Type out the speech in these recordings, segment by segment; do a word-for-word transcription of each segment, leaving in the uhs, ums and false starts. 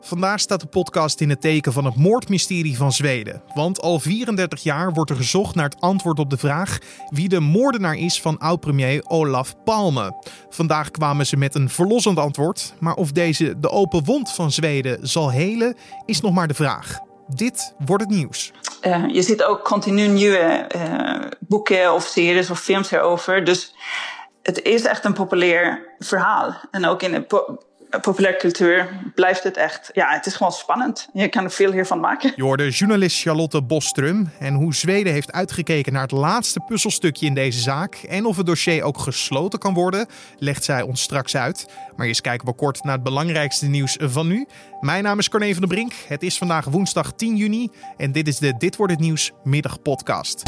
Vandaag staat de podcast in het teken van het moordmysterie van Zweden. Want al vierendertig jaar wordt er gezocht naar het antwoord op de vraag wie de moordenaar is van oud-premier Olof Palme. Vandaag kwamen ze met een verlossend antwoord, maar of deze de open wond van Zweden zal helen, is nog maar de vraag. Dit wordt het nieuws. Uh, je ziet ook continu nieuwe uh, boeken of series of films erover. Dus het is echt een populair verhaal. En ook in de po- populaire cultuur blijft het echt... Ja, het is gewoon spannend. Je kan er veel hiervan maken. Je hoorde journalist Charlotte Boström. En hoe Zweden heeft uitgekeken naar het laatste puzzelstukje in deze zaak en of het dossier ook gesloten kan worden, legt zij ons straks uit. Maar eerst kijken we kort naar het belangrijkste nieuws van nu. Mijn naam is Corné van der Brink. Het is vandaag woensdag tien juni en dit is de Dit wordt het nieuws middagpodcast.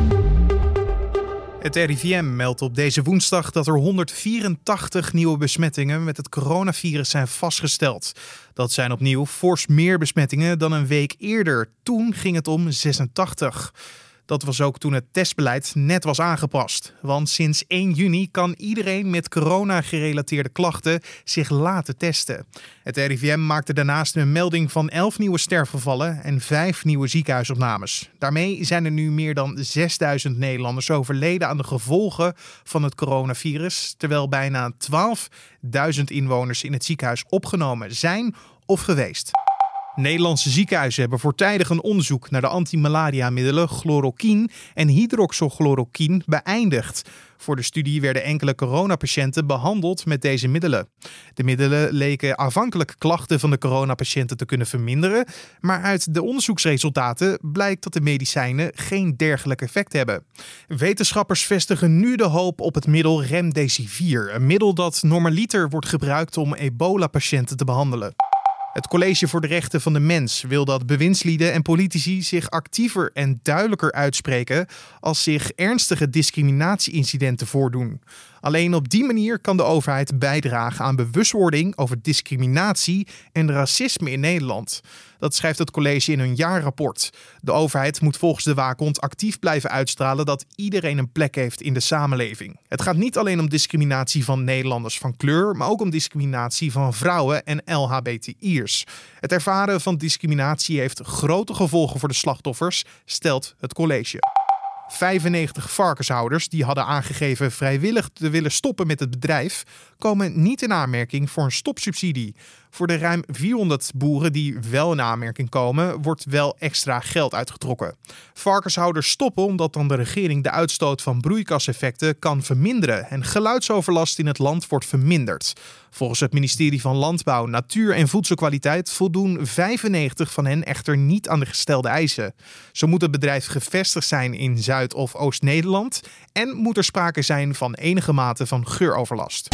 Het R I V M meldt op deze woensdag dat er honderdvierentachtig nieuwe besmettingen met het coronavirus zijn vastgesteld. Dat zijn opnieuw fors meer besmettingen dan een week eerder. Toen ging het om zesentachtig. Dat was ook toen het testbeleid net was aangepast. Want sinds één juni kan iedereen met corona-gerelateerde klachten zich laten testen. Het R I V M maakte daarnaast een melding van elf nieuwe sterfgevallen en vijf nieuwe ziekenhuisopnames. Daarmee zijn er nu meer dan zesduizend Nederlanders overleden aan de gevolgen van het coronavirus, terwijl bijna twaalfduizend inwoners in het ziekenhuis opgenomen zijn of geweest. Nederlandse ziekenhuizen hebben voortijdig een onderzoek naar de antimalaria-middelen chloroquine en hydroxychloroquine beëindigd. Voor de studie werden enkele coronapatiënten behandeld met deze middelen. De middelen leken aanvankelijk klachten van de coronapatiënten te kunnen verminderen, maar uit de onderzoeksresultaten blijkt dat de medicijnen geen dergelijk effect hebben. Wetenschappers vestigen nu de hoop op het middel Remdesivir, een middel dat normaliter wordt gebruikt om ebola-patiënten te behandelen. Het College voor de Rechten van de Mens wil dat bewindslieden en politici zich actiever en duidelijker uitspreken als zich ernstige discriminatie-incidenten voordoen. Alleen op die manier kan de overheid bijdragen aan bewustwording over discriminatie en racisme in Nederland. Dat schrijft het college in hun jaarrapport. De overheid moet volgens de waakhond actief blijven uitstralen dat iedereen een plek heeft in de samenleving. Het gaat niet alleen om discriminatie van Nederlanders van kleur, maar ook om discriminatie van vrouwen en L H B T I'ers. Het ervaren van discriminatie heeft grote gevolgen voor de slachtoffers, stelt het college. vijfennegentig varkenshouders die hadden aangegeven vrijwillig te willen stoppen met het bedrijf, komen niet in aanmerking voor een stopsubsidie. Voor de ruim vierhonderd boeren die wel in aanmerking komen, wordt wel extra geld uitgetrokken. Varkenshouders stoppen omdat dan de regering de uitstoot van broeikaseffecten kan verminderen en geluidsoverlast in het land wordt verminderd. Volgens het ministerie van Landbouw, Natuur en Voedselkwaliteit voldoen vijfennegentig van hen echter niet aan de gestelde eisen. Zo moet het bedrijf gevestigd zijn in Zuid- of Oost-Nederland en moet er sprake zijn van enige mate van geuroverlast.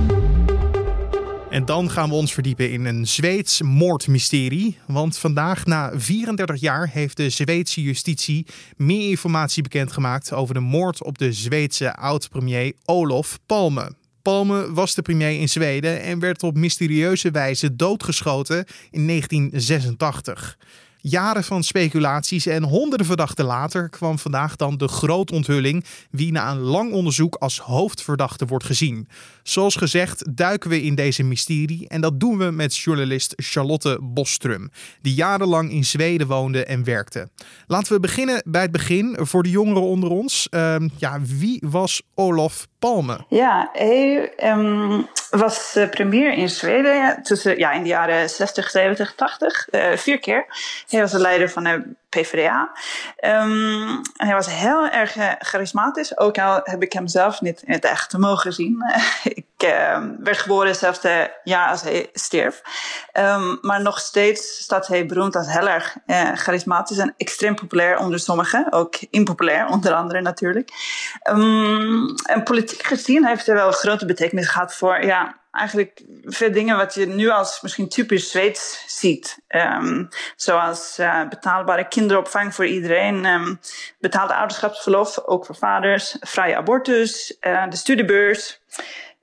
En dan gaan we ons verdiepen in een Zweeds moordmysterie. Want vandaag, na vierendertig jaar, heeft de Zweedse justitie meer informatie bekendgemaakt over de moord op de Zweedse oud-premier Olof Palme. Palme was de premier in Zweden en werd op mysterieuze wijze doodgeschoten in negentien zesentachtig. Jaren van speculaties en honderden verdachten later kwam vandaag dan de grote onthulling wie na een lang onderzoek als hoofdverdachte wordt gezien. Zoals gezegd duiken we in deze mysterie en dat doen we met journalist Charlotte Boström, die jarenlang in Zweden woonde en werkte. Laten we beginnen bij het begin voor de jongeren onder ons. Uh, ja, wie was Olof Palme? Ja, hij um, was premier in Zweden ja, tussen, ja, in de jaren zestig, zeventig, tachtig. Uh, vier keer. Hij was de leider van de P v d A. Um, hij was heel erg uh, charismatisch. Ook al heb ik hem zelf niet in het echt mogen zien. ik uh, werd geboren hetzelfde jaar als hij stierf. Um, maar nog steeds staat hij beroemd als heel erg uh, charismatisch en extreem populair onder sommigen. Ook impopulair, onder andere natuurlijk. Um, en politiek gezien heeft hij wel een grote betekenis gehad voor... ja. Eigenlijk veel dingen wat je nu als misschien typisch Zweeds ziet. Um, zoals uh, betaalbare kinderopvang voor iedereen. Um, betaalde ouderschapsverlof, ook voor vaders. Vrije abortus, uh, de studiebeurs.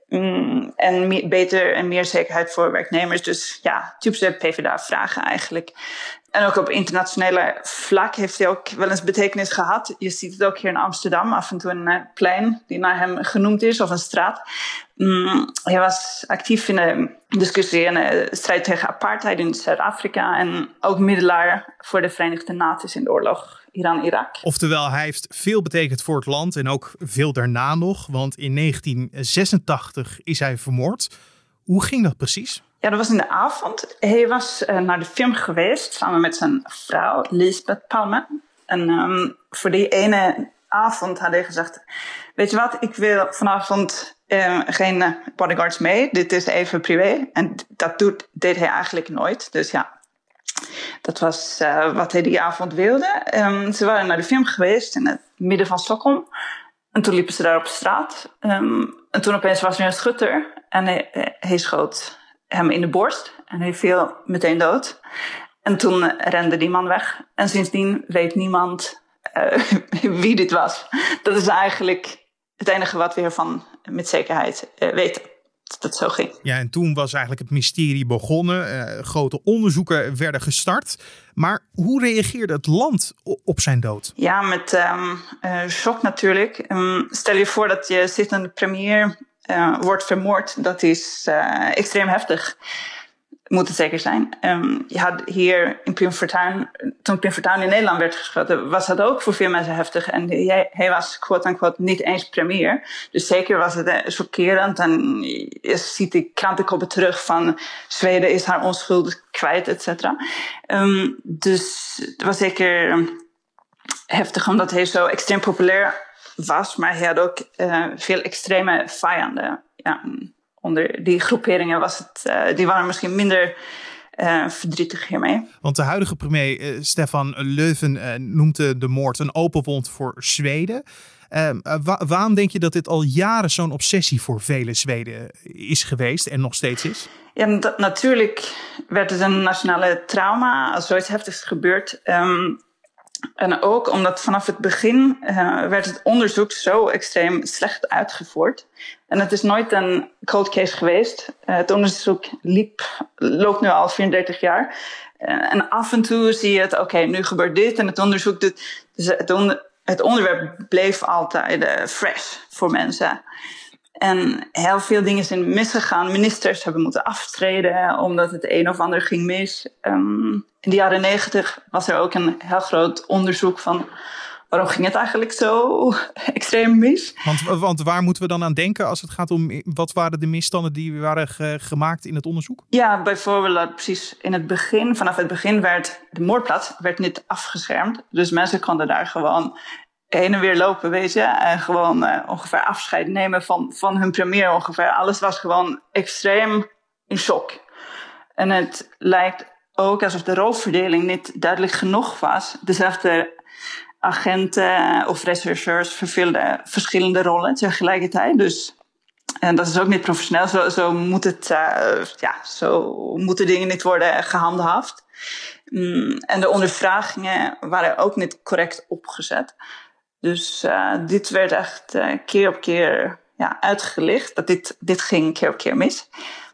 Um, en me- beter en meer zekerheid voor werknemers. Dus ja, typische P v d A-vragen eigenlijk. En ook op internationale vlak heeft hij ook wel eens betekenis gehad. Je ziet het ook hier in Amsterdam, af en toe een uh, plein die naar hem genoemd is, of een straat. Um, hij was actief in de discussie en de strijd tegen apartheid in Zuid-Afrika en ook middelaar voor de Verenigde Naties in de oorlog Iran-Irak. Oftewel, hij heeft veel betekend voor het land en ook veel daarna nog, want in negentien zesentachtig is hij vermoord. Hoe ging dat precies? Ja, dat was in de avond. Hij was uh, naar de film geweest samen met zijn vrouw Lisbeth Palme. En um, voor die ene avond had hij gezegd: weet je wat, ik wil vanavond uh, geen uh, bodyguards mee. Dit is even privé. En dat doet, deed hij eigenlijk nooit. Dus ja, dat was uh, wat hij die avond wilde. Um, ze waren naar de film geweest in het midden van Stockholm. En toen liepen ze daar op straat. Um, en toen opeens was er een schutter. En hij, hij schoot hem in de borst. En hij viel meteen dood. En toen rende die man weg. En sindsdien weet niemand uh, wie dit was. Dat is eigenlijk het enige wat we ervan met zekerheid uh, weten. Dat het zo ging. Ja, en toen was eigenlijk het mysterie begonnen. Uh, grote onderzoeken werden gestart. Maar hoe reageerde het land op zijn dood? Ja, met um, uh, shock natuurlijk. Um, stel je voor dat je zittende premier uh, wordt vermoord. Dat is uh, extreem heftig. Moet het zeker zijn. Um, je had hier in Pim Fortuyn, toen Pim Fortuyn in Nederland werd geschoten, was dat ook voor veel mensen heftig. En hij, hij was quote-unquote niet eens premier. Dus zeker was het uh, chockerend. En je ziet die krantenkoppen terug van Zweden is haar onschuld kwijt, et cetera. Um, dus het was zeker heftig omdat hij zo extreem populair was. Maar hij had ook uh, veel extreme vijanden. Ja. Onder die groeperingen was het, uh, die waren misschien minder uh, verdrietig hiermee. Want de huidige premier uh, Stefan Löfven uh, noemt de moord een open wond voor Zweden. Uh, wa- waarom denk je dat dit al jaren zo'n obsessie voor vele Zweden is geweest en nog steeds is? Ja, dat, natuurlijk werd het een nationale trauma als zoiets heftigs gebeurt. Um, En ook omdat vanaf het begin uh, werd het onderzoek zo extreem slecht uitgevoerd. En het is nooit een cold case geweest. Uh, het onderzoek liep, loopt nu al vierendertig jaar. Uh, en af en toe zie je het, oké, okay, nu gebeurt dit. En het onderzoek doet, dus het, onder, het onderwerp bleef altijd uh, fresh voor mensen. En heel veel dingen zijn misgegaan. Ministers hebben moeten aftreden omdat het een of ander ging mis. Um, in de jaren negentig was er ook een heel groot onderzoek van waarom ging het eigenlijk zo extreem mis. Want, want waar moeten we dan aan denken als het gaat om wat waren de misstanden die waren ge- gemaakt in het onderzoek? Ja, bijvoorbeeld precies in het begin, vanaf het begin werd de moordplaats werd niet afgeschermd. Dus mensen konden daar gewoon heen en weer lopen, weet je. En gewoon uh, ongeveer afscheid nemen van, van hun premier ongeveer. Alles was gewoon extreem in shock. En het lijkt ook alsof de rolverdeling niet duidelijk genoeg was. Dezelfde agenten of rechercheurs vervulden verschillende rollen tegelijkertijd. Dus en dat is ook niet professioneel. Zo, zo, moet het, uh, ja, zo moeten dingen niet worden gehandhaafd. Mm, en de ondervragingen waren ook niet correct opgezet. Dus uh, dit werd echt uh, keer op keer ja, uitgelicht. Dat dit, dit ging keer op keer mis.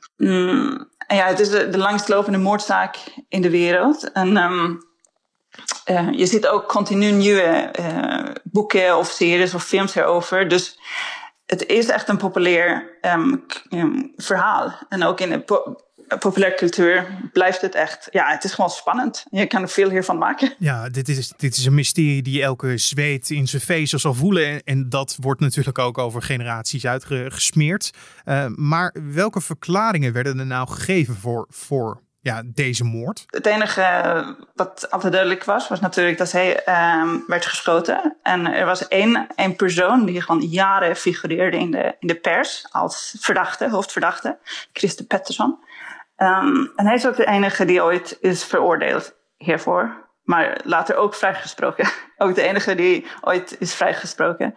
Mm, en ja, het is de, de langstlopende moordzaak in de wereld. En um, uh, je ziet ook continu nieuwe uh, boeken of series of films erover. Dus het is echt een populair um, um, verhaal. En ook in de po- populaire cultuur blijft het echt. Ja, het is gewoon spannend. Je kan er veel hiervan maken. Ja, dit is, dit is een mysterie die elke Zweed in zijn vezels zal voelen. En, en dat wordt natuurlijk ook over generaties uitgesmeerd. Uh, maar welke verklaringen werden er nou gegeven voor, voor ja, deze moord? Het enige wat altijd duidelijk was, was natuurlijk dat hij um, werd geschoten. En er was één, één persoon die gewoon jaren figureerde in de, in de pers als verdachte, hoofdverdachte, Christer Pettersson. Um, en hij is ook de enige die ooit is veroordeeld hiervoor. Maar later ook vrijgesproken. Ook de enige die ooit is vrijgesproken.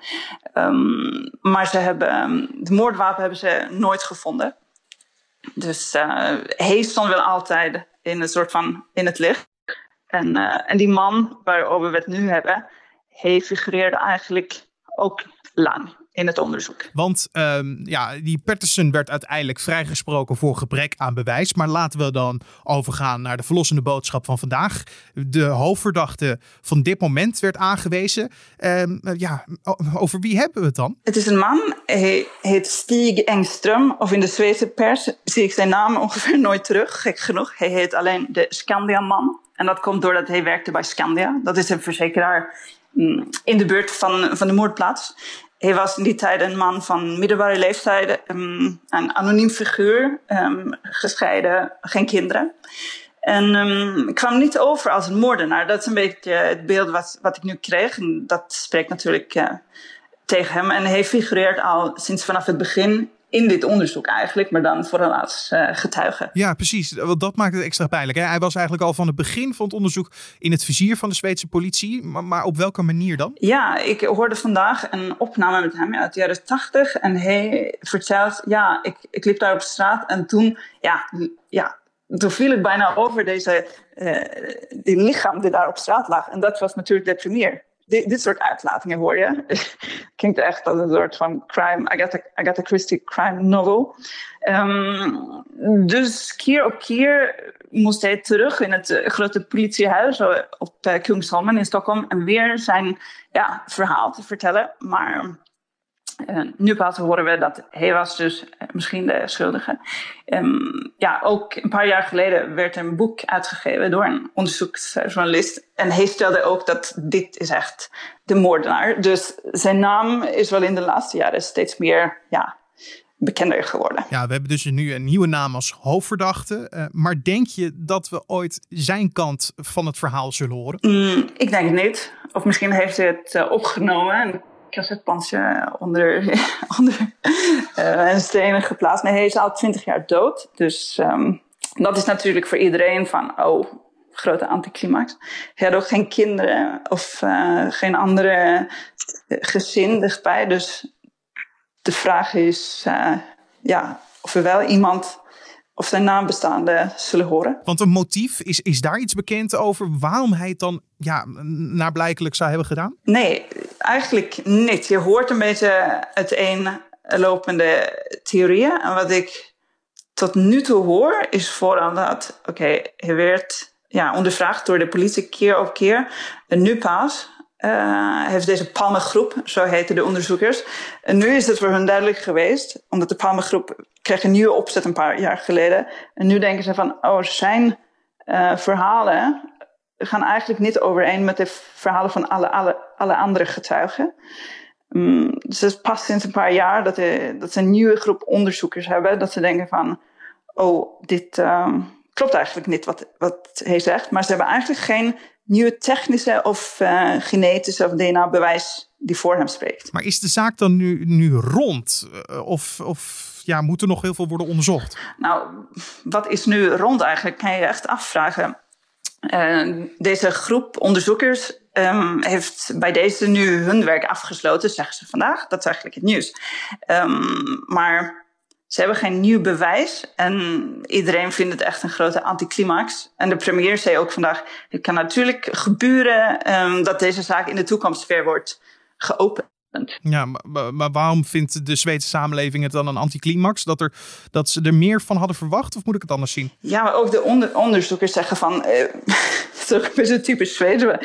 Um, maar ze hebben, um, de moordwapen hebben ze nooit gevonden. Dus uh, hij stond wel altijd in een soort van in het licht. En, uh, en die man waarover we het nu hebben, hij figureerde eigenlijk ook lang in het onderzoek. Want um, ja, die Patterson werd uiteindelijk vrijgesproken voor gebrek aan bewijs. Maar laten we dan overgaan naar de verlossende boodschap van vandaag. De hoofdverdachte van dit moment werd aangewezen. Um, ja, over wie hebben we het dan? Het is een man, hij heet Stig Engström. Of in de Zweedse pers zie ik zijn naam ongeveer nooit terug, gek genoeg. Hij heet alleen de Skandia-man. En dat komt doordat hij werkte bij Skandia. Dat is een verzekeraar in de buurt van, van de moordplaats. Hij was in die tijd een man van middelbare leeftijd, um, een anoniem figuur, um, gescheiden, geen kinderen. En um, kwam niet over als een moordenaar. Dat is een beetje het beeld wat, wat ik nu kreeg. En dat spreekt natuurlijk uh, tegen hem. En hij figureert al sinds vanaf het begin in dit onderzoek eigenlijk, maar dan vooral als uh, getuige. Ja, precies. Want dat maakt het extra pijnlijk. Hè? Hij was eigenlijk al van het begin van het onderzoek in het vizier van de Zweedse politie. Maar, maar op welke manier dan? Ja, ik hoorde vandaag een opname met hem uit de jaren tachtig. En hij vertelt, ja, ik, ik liep daar op straat en toen, ja, ja, toen viel ik bijna over deze uh, die lichaam die daar op straat lag. En dat was natuurlijk de premier. Dit, dit soort uitlatingen hoor je. Klinkt echt als een soort van crime, Agatha, Agatha Christie crime novel. Um, dus keer op keer moest hij terug in het uh, grote politiehuis op uh, Kungsholmen in Stockholm en weer zijn ja, verhaal te vertellen. Maar uh, nu pas horen we dat hij was dus uh, misschien de schuldige. Um, ja, ook een paar jaar geleden werd een boek uitgegeven door een onderzoeksjournalist. En hij stelde ook dat dit is echt de moordenaar. Dus zijn naam is wel in de laatste jaren steeds meer ja, bekender geworden. Ja, we hebben dus nu een nieuwe naam als hoofdverdachte. Uh, maar denk je dat we ooit zijn kant van het verhaal zullen horen? Mm, ik denk het niet. Of misschien heeft hij het uh, opgenomen cassettebandje onder, onder uh, een steen geplaatst. Nee, hij is al twintig jaar dood. Dus um, dat is natuurlijk voor iedereen van, oh, grote anticlimax. Hij had ook geen kinderen of uh, geen andere gezin dichtbij. Dus de vraag is uh, ja, of er wel iemand of zijn nabestaanden zullen horen. Want een motief, is, is daar iets bekend over waarom hij het dan ja, naarblijkelijk zou hebben gedaan? Nee, eigenlijk niet. Je hoort een beetje uiteenlopende theorieën. En wat ik tot nu toe hoor is vooral dat, oké, okay, hij werd ja, ondervraagd door de politie keer op keer. En nu pas uh, heeft deze Palme-groep, zo heten de onderzoekers. En nu is het voor hun duidelijk geweest, omdat de Palme-groep kreeg een nieuwe opzet een paar jaar geleden. En nu denken ze van, oh, zijn uh, verhalen gaan eigenlijk niet overeen met de verhalen van alle, alle, alle andere getuigen. Um, dus het is pas sinds een paar jaar dat, de, dat ze een nieuwe groep onderzoekers hebben. Dat ze denken van, oh, dit um, klopt eigenlijk niet wat, wat hij zegt. Maar ze hebben eigenlijk geen nieuwe technische of uh, genetische of D N A-bewijs die voor hem spreekt. Maar is de zaak dan nu, nu rond? Of, of ja, moet er nog heel veel worden onderzocht? Nou, wat is nu rond eigenlijk? Kan je echt afvragen. Uh, deze groep onderzoekers um, heeft bij deze nu hun werk afgesloten, zeggen ze vandaag. Dat is eigenlijk het nieuws. Um, maar ze hebben geen nieuw bewijs en iedereen vindt het echt een grote anticlimax. En de premier zei ook vandaag, het kan natuurlijk gebeuren um, dat deze zaak in de toekomst weer wordt geopend. Ja, maar, maar waarom vindt de Zweedse samenleving het dan een anticlimax? Dat, er, dat ze er meer van hadden verwacht? Of moet ik het anders zien? Ja, maar ook de onder, onderzoekers zeggen van, uh, het is ook best een typisch Zweeds, uh,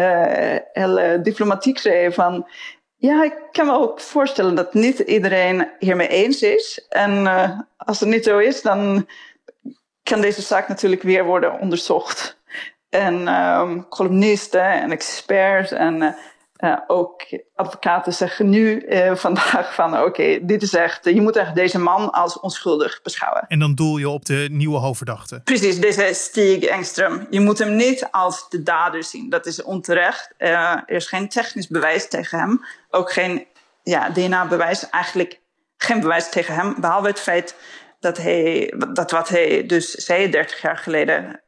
heel uh, diplomatiek zei van, ja, ik kan me ook voorstellen dat niet iedereen hiermee eens is. En uh, als het niet zo is, dan kan deze zaak natuurlijk weer worden onderzocht. En um, columnisten en experts en uh, uh, ook advocaten zeggen nu uh, vandaag van oké, okay, dit is echt, je moet echt deze man als onschuldig beschouwen. En dan doel je op de nieuwe hoofdverdachte? Precies, deze Stig Engström. Je moet hem niet als de dader zien. Dat is onterecht. Uh, er is geen technisch bewijs tegen hem. Ook geen ja, D N A-bewijs. Eigenlijk geen bewijs tegen hem. Behalve het feit dat, hij, dat wat hij dus zei dertig jaar geleden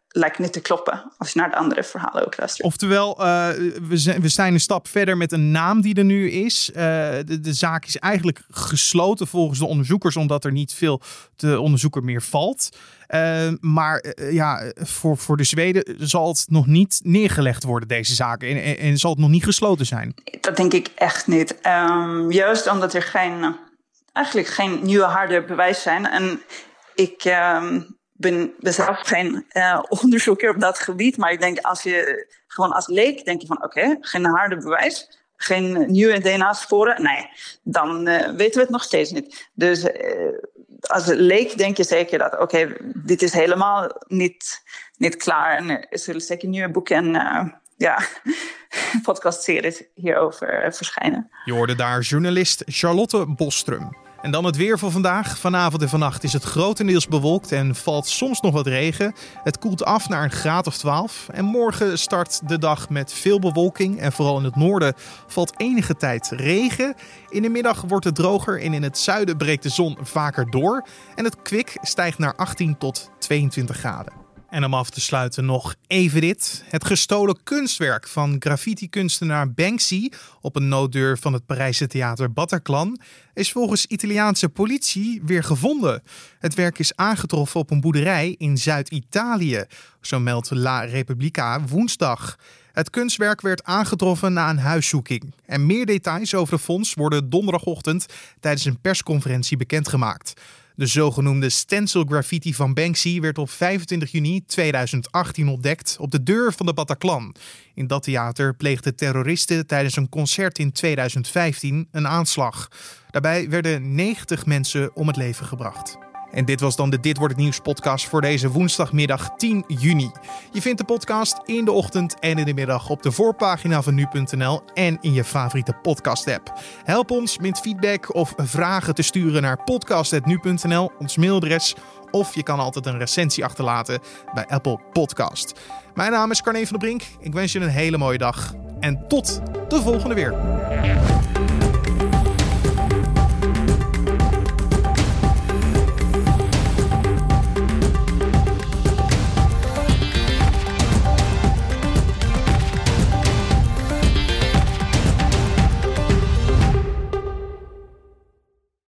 lijkt niet te kloppen als je naar de andere verhalen ook luistert. Oftewel, uh, we, zijn, we zijn een stap verder met een naam die er nu is. Uh, de, de zaak is eigenlijk gesloten volgens de onderzoekers, omdat er niet veel te onderzoeken meer valt. Uh, maar uh, ja, voor, voor de Zweden zal het nog niet neergelegd worden, deze zaak. En, en, en zal het nog niet gesloten zijn? Dat denk ik echt niet. Um, juist omdat er geen, eigenlijk geen nieuwe harde bewijs zijn. En ik... Um, ben, ben zelf geen uh, onderzoeker op dat gebied. Maar ik denk, als je gewoon als leek, denk je van oké, okay, geen harde bewijs. Geen nieuwe D N A-sporen. Nee, dan uh, weten we het nog steeds niet. Dus uh, als leek denk je zeker dat oké, okay, dit is helemaal niet, niet klaar. En er zullen zeker nieuwe boeken en uh, ja, podcastseries hierover uh, verschijnen. Je hoorde daar journalist Charlotte Bostrum. En dan het weer voor vandaag. Vanavond en vannacht is het grotendeels bewolkt en valt soms nog wat regen. Het koelt af naar een graad of twaalf. En morgen start de dag met veel bewolking. En vooral in het noorden valt enige tijd regen. In de middag wordt het droger en in het zuiden breekt de zon vaker door. En het kwik stijgt naar achttien tot tweeëntwintig graden. En om af te sluiten nog even dit. Het gestolen kunstwerk van graffiti-kunstenaar Banksy op een nooddeur van het Parijse theater Bataclan is volgens Italiaanse politie weer gevonden. Het werk is aangetroffen op een boerderij in Zuid-Italië, zo meldt La Repubblica woensdag. Het kunstwerk werd aangetroffen na een huiszoeking. En meer details over de fonds worden donderdagochtend tijdens een persconferentie bekendgemaakt. De zogenoemde stencil graffiti van Banksy werd op vijfentwintig juni tweeduizend achttien ontdekt op de deur van de Bataclan. In dat theater pleegden terroristen tijdens een concert in tweeduizend vijftien een aanslag. Daarbij werden negentig mensen om het leven gebracht. En dit was dan de Dit Wordt Het Nieuws podcast voor deze woensdagmiddag tien juni. Je vindt de podcast in de ochtend en in de middag op de voorpagina van nu punt n l en in je favoriete podcast app. Help ons met feedback of vragen te sturen naar podcast punt nu punt n l, ons mailadres. Of je kan altijd een recensie achterlaten bij Apple Podcast. Mijn naam is Carne van der Brink. Ik wens je een hele mooie dag. En tot de volgende weer.